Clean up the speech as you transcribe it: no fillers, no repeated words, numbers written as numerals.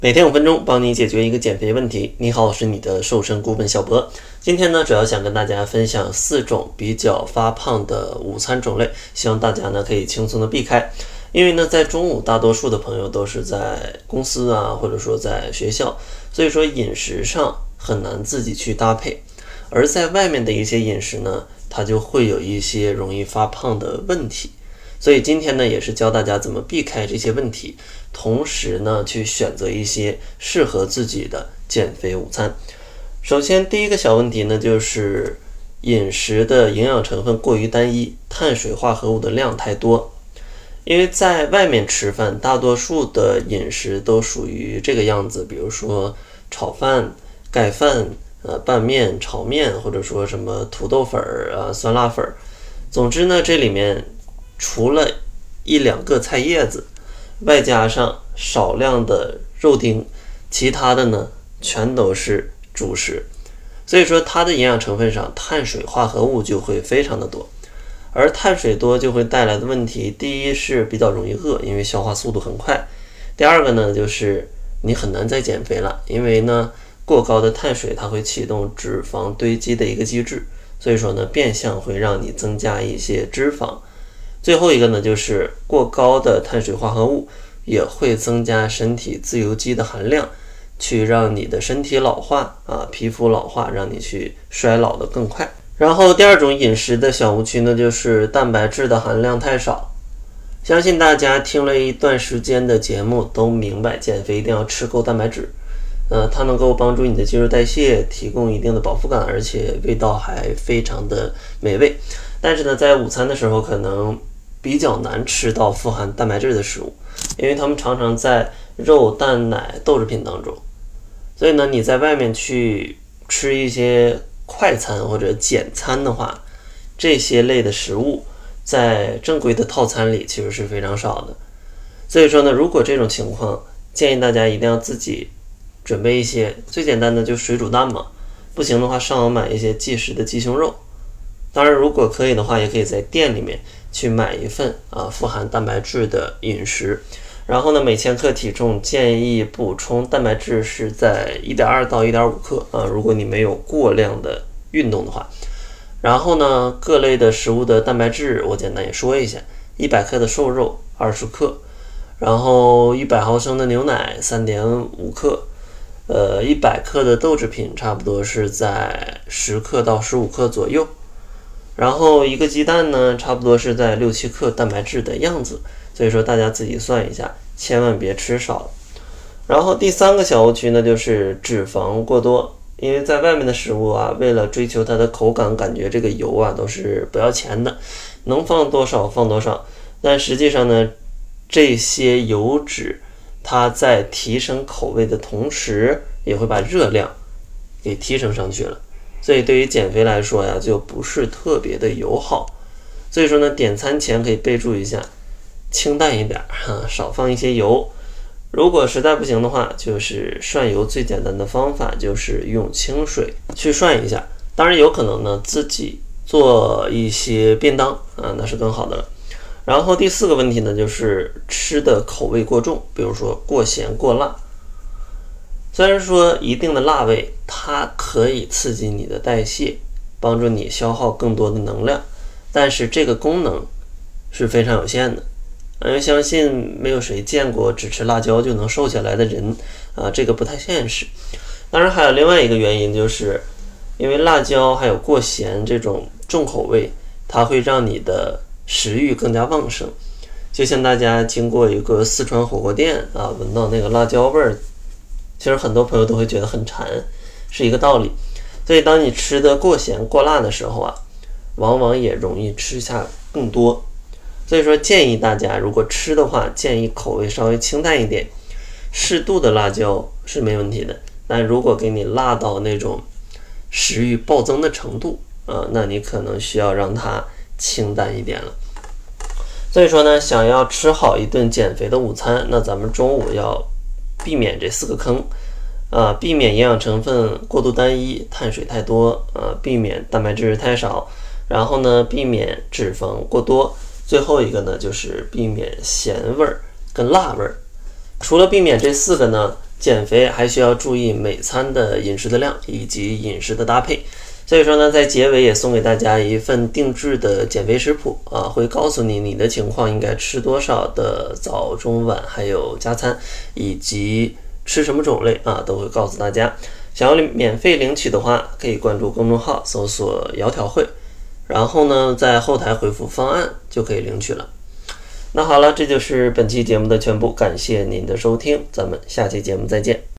每天5分钟，帮你解决一个减肥问题。你好，我是你的瘦身顾问小博。今天呢，主要想跟大家分享4种比较发胖的午餐种类，希望大家呢可以轻松的避开。因为呢，在中午大多数的朋友都是在公司啊，或者说在学校，所以说饮食上很难自己去搭配。而在外面的一些饮食呢，它就会有一些容易发胖的问题。所以今天呢，也是教大家怎么避开这些问题，同时呢，去选择一些适合自己的减肥午餐。首先，第一个小问题呢，就是饮食的营养成分过于单一，碳水化合物的量太多。因为在外面吃饭，大多数的饮食都属于这个样子，比如说炒饭、盖饭、拌面、炒面，或者说什么土豆粉酸辣粉。总之呢，这里面除了1-2个菜叶子，外加上少量的肉丁，其他的呢全都是主食。所以说它的营养成分上，碳水化合物就会非常的多。而碳水多就会带来的问题，第一是比较容易饿，因为消化速度很快。第二个呢，就是你很难再减肥了，因为呢过高的碳水它会启动脂肪堆积的一个机制，所以说呢变相会让你增加一些脂肪。最后一个呢，就是过高的碳水化合物也会增加身体自由基的含量，去让你的身体老化皮肤老化，让你去衰老的更快。然后第二种饮食的小误区呢，就是蛋白质的含量太少。相信大家听了一段时间的节目都明白，减肥一定要吃够蛋白质，它能够帮助你的肌肉代谢，提供一定的饱腹感，而且味道还非常的美味。但是呢，在午餐的时候可能比较难吃到富含蛋白质的食物，因为它们常常在肉、蛋、奶、豆制品当中。所以呢，你在外面去吃一些快餐或者简餐的话，这些类的食物在正规的套餐里其实是非常少的。所以说呢，如果这种情况，建议大家一定要自己准备一些，最简单的就水煮蛋嘛，不行的话上网买一些即食的鸡胸肉。当然如果可以的话，也可以在店里面去买一份富含蛋白质的饮食。然后呢，每千克体重建议补充蛋白质是在 1.2 到 1.5 克如果你没有过量的运动的话。然后呢，各类的食物的蛋白质我简单也说一下，100克的瘦肉20克，然后100毫升的牛奶 3.5 克，100克的豆制品差不多是在10克到15克左右。然后一个鸡蛋呢，差不多是在6-7克蛋白质的样子，所以说大家自己算一下，千万别吃少了。然后第3个小误区呢，就是脂肪过多。因为在外面的食物为了追求它的口感，感觉这个油都是不要钱的，能放多少放多少。但实际上呢，这些油脂它在提升口味的同时，也会把热量给提升上去了。所以对于减肥来说就不是特别的友好。所以说呢，点餐前可以备注一下，清淡一点少放一些油。如果实在不行的话，就是涮油最简单的方法就是用清水去涮一下。当然有可能呢自己做一些便当那是更好的了。然后第4个问题呢，就是吃的口味过重，比如说过咸过辣。虽然说一定的辣味它可以刺激你的代谢，帮助你消耗更多的能量，但是这个功能是非常有限的。因为相信没有谁见过只吃辣椒就能瘦下来的人这个不太现实。当然还有另外一个原因，就是因为辣椒还有过咸这种重口味，它会让你的食欲更加旺盛。就像大家经过一个四川火锅店闻到那个辣椒味儿，其实很多朋友都会觉得很馋，是一个道理。所以当你吃的过咸过辣的时候往往也容易吃下更多。所以说建议大家如果吃的话，建议口味稍微清淡一点，适度的辣椒是没问题的。但如果给你辣到那种食欲暴增的程度那你可能需要让它清淡一点了。所以说呢，想要吃好一顿减肥的午餐，那咱们中午要避免这4个坑避免营养成分过度单一，碳水太多避免蛋白质太少，然后呢避免脂肪过多，最后一个呢就是避免咸味儿跟辣味儿。除了避免这4个呢， 减肥还需要注意每餐的饮食的量以及饮食的搭配。所以说呢，在结尾也送给大家一份定制的减肥食谱会告诉你的情况应该吃多少的早中晚还有加餐，以及吃什么种类都会告诉大家。想要免费领取的话，可以关注公众号搜索窈窕会，然后呢在后台回复方案就可以领取了。那好了，这就是本期节目的全部，感谢您的收听，咱们下期节目再见。